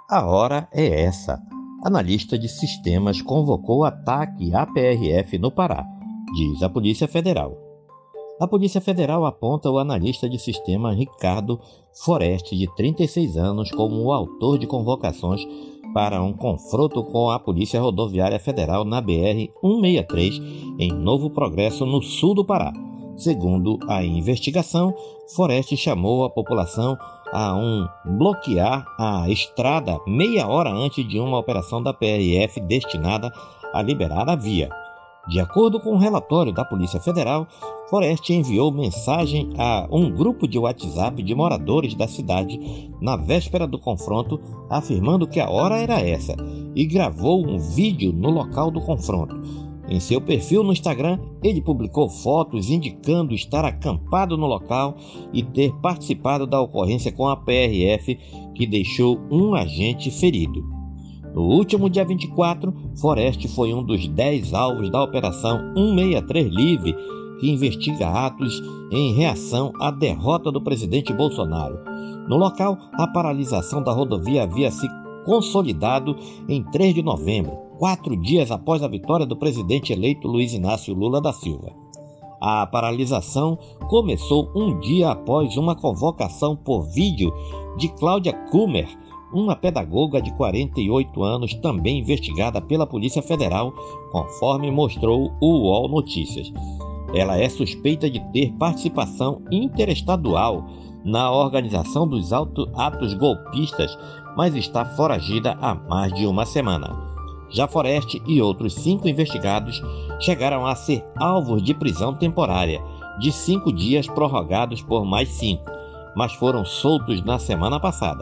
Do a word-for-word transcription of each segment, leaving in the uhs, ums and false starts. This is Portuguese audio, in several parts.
A hora é essa. Analista de sistemas convocou ataque à P R F no Pará, diz a Polícia Federal. A Polícia Federal aponta o analista de sistema Ricardo Foreste, de trinta e seis anos, como o autor de convocações para um confronto com a Polícia Rodoviária Federal na B R cento e sessenta e três, em Novo Progresso, no sul do Pará. Segundo a investigação, Foreste chamou a população a um bloquear a estrada meia hora antes de uma operação da P R F destinada a liberar a via. De acordo com o relatório da Polícia Federal, Foreste enviou mensagem a um grupo de WhatsApp de moradores da cidade na véspera do confronto, afirmando que a hora era essa, e gravou um vídeo no local do confronto. Em seu perfil no Instagram, ele publicou fotos indicando estar acampado no local e ter participado da ocorrência com a P R F, que deixou um agente ferido. No último dia vinte e quatro, Foreste foi um dos dez alvos da Operação cento e sessenta e três Livre, que investiga atos em reação à derrota do presidente Bolsonaro. No local, a paralisação da rodovia havia se consolidado em três de novembro, quatro dias após a vitória do presidente eleito Luiz Inácio Lula da Silva. A paralisação começou um dia após uma convocação por vídeo de Cláudia Kummer, uma pedagoga de quarenta e oito anos, também investigada pela Polícia Federal, conforme mostrou o U O L Notícias. Ela é suspeita de ter participação interestadual na organização dos atos golpistas, mas está foragida há mais de uma semana. Já Foreste e outros cinco investigados chegaram a ser alvos de prisão temporária, de cinco dias prorrogados por mais cinco, mas foram soltos na semana passada.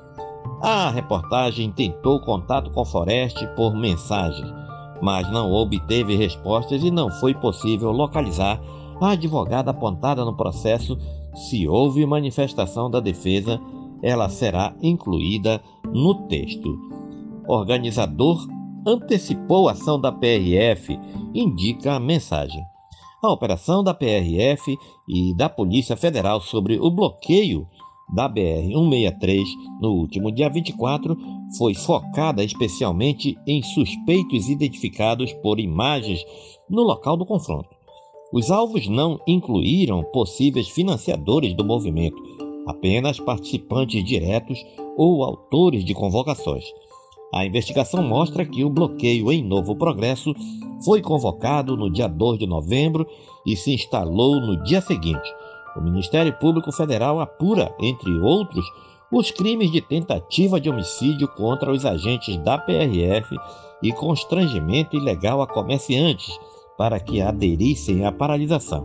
A reportagem tentou contato com Foreste por mensagem, mas não obteve respostas e não foi possível localizar a advogada apontada no processo. Se houve manifestação da defesa, ela será incluída no texto. Organizador antecipou a ação da P R F, indica a mensagem. A operação da P R F e da Polícia Federal sobre o bloqueio da B R cento e sessenta e três no último dia vinte e quatro foi focada especialmente em suspeitos identificados por imagens no local do confronto. Os alvos não incluíram possíveis financiadores do movimento, apenas participantes diretos ou autores de convocações. A investigação mostra que o bloqueio em Novo Progresso foi convocado no dia dois de novembro e se instalou no dia seguinte. O Ministério Público Federal apura, entre outros, os crimes de tentativa de homicídio contra os agentes da P R F e constrangimento ilegal a comerciantes para que aderissem à paralisação.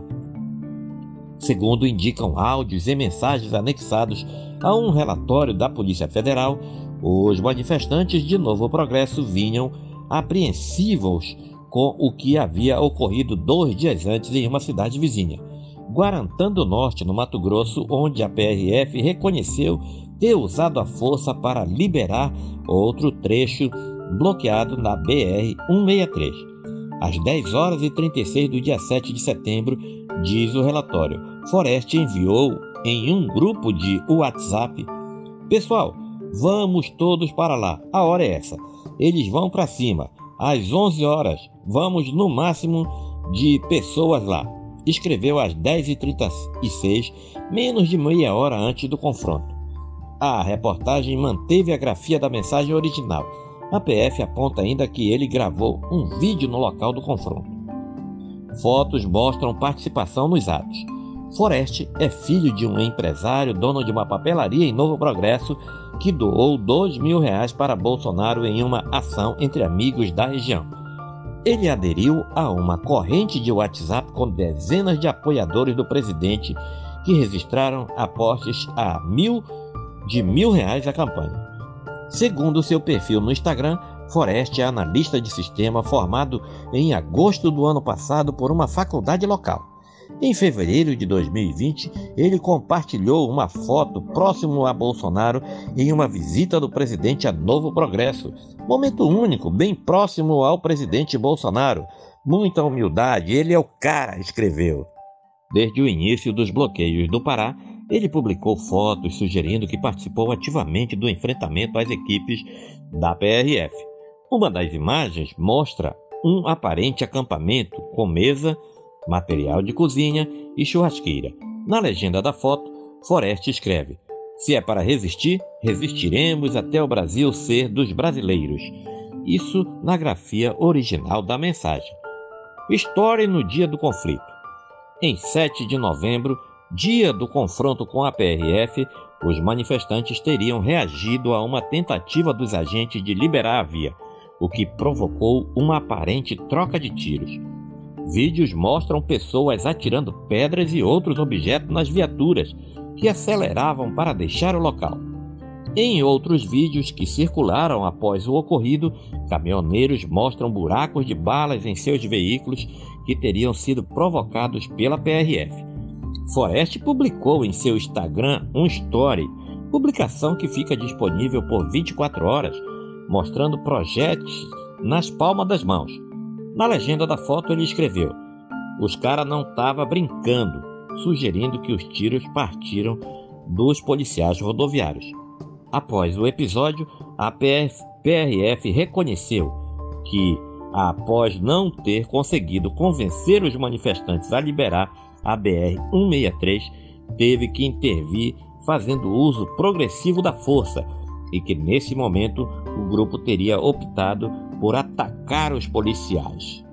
Segundo indicam áudios e mensagens anexados a um relatório da Polícia Federal, os manifestantes de Novo Progresso vinham apreensivos com o que havia ocorrido dois dias antes em uma cidade vizinha, Guarantã do Norte, no Mato Grosso, onde a P R F reconheceu ter usado a força para liberar outro trecho bloqueado na B R cento e sessenta e três. Às dez horas e trinta e seis do dia sete de setembro, diz o relatório, Foreste enviou em um grupo de WhatsApp: "Pessoal, vamos todos para lá, a hora é essa. Eles vão para cima, às onze horas, vamos no máximo de pessoas lá." Escreveu às dez e trinta e seis, menos de meia hora antes do confronto. A reportagem manteve a grafia da mensagem original. A P F aponta ainda que ele gravou um vídeo no local do confronto. Fotos mostram participação nos atos. Foreste é filho de um empresário, dono de uma papelaria em Novo Progresso, que doou dois mil reais para Bolsonaro em uma ação entre amigos da região. Ele aderiu a uma corrente de WhatsApp com dezenas de apoiadores do presidente que registraram apostas a mil de mil reais à campanha. Segundo seu perfil no Instagram, Foreste é analista de sistema formado em agosto do ano passado por uma faculdade local. Em fevereiro de dois mil e vinte, ele compartilhou uma foto próximo a Bolsonaro em uma visita do presidente a Novo Progresso. Momento único, bem próximo ao presidente Bolsonaro. Muita humildade, ele é o cara, escreveu. Desde o início dos bloqueios do Pará, Ele publicou fotos sugerindo que participou ativamente do enfrentamento às equipes da P R F. Uma das imagens mostra um aparente acampamento com mesa, material de cozinha e churrasqueira. Na legenda da foto, Forest escreve: "Se é para resistir, resistiremos até o Brasil ser dos brasileiros." Isso na grafia original da mensagem. História no dia do conflito. Em sete de novembro, dia do confronto com a P R F, os manifestantes teriam reagido a uma tentativa dos agentes de liberar a via, o que provocou uma aparente troca de tiros. Vídeos mostram pessoas atirando pedras e outros objetos nas viaturas, que aceleravam para deixar o local. Em outros vídeos que circularam após o ocorrido, caminhoneiros mostram buracos de balas em seus veículos que teriam sido provocados pela P R F. Forest publicou em seu Instagram um story, publicação que fica disponível por vinte e quatro horas, mostrando projéteis nas palmas das mãos. Na legenda da foto ele escreveu: "Os caras não estavam brincando", sugerindo que os tiros partiram dos policiais rodoviários. Após o episódio, a P R F reconheceu que, após não ter conseguido convencer os manifestantes a liberar a B R cento e sessenta e três, teve que intervir fazendo uso progressivo da força e que, nesse momento, o grupo teria optado por atacar os policiais.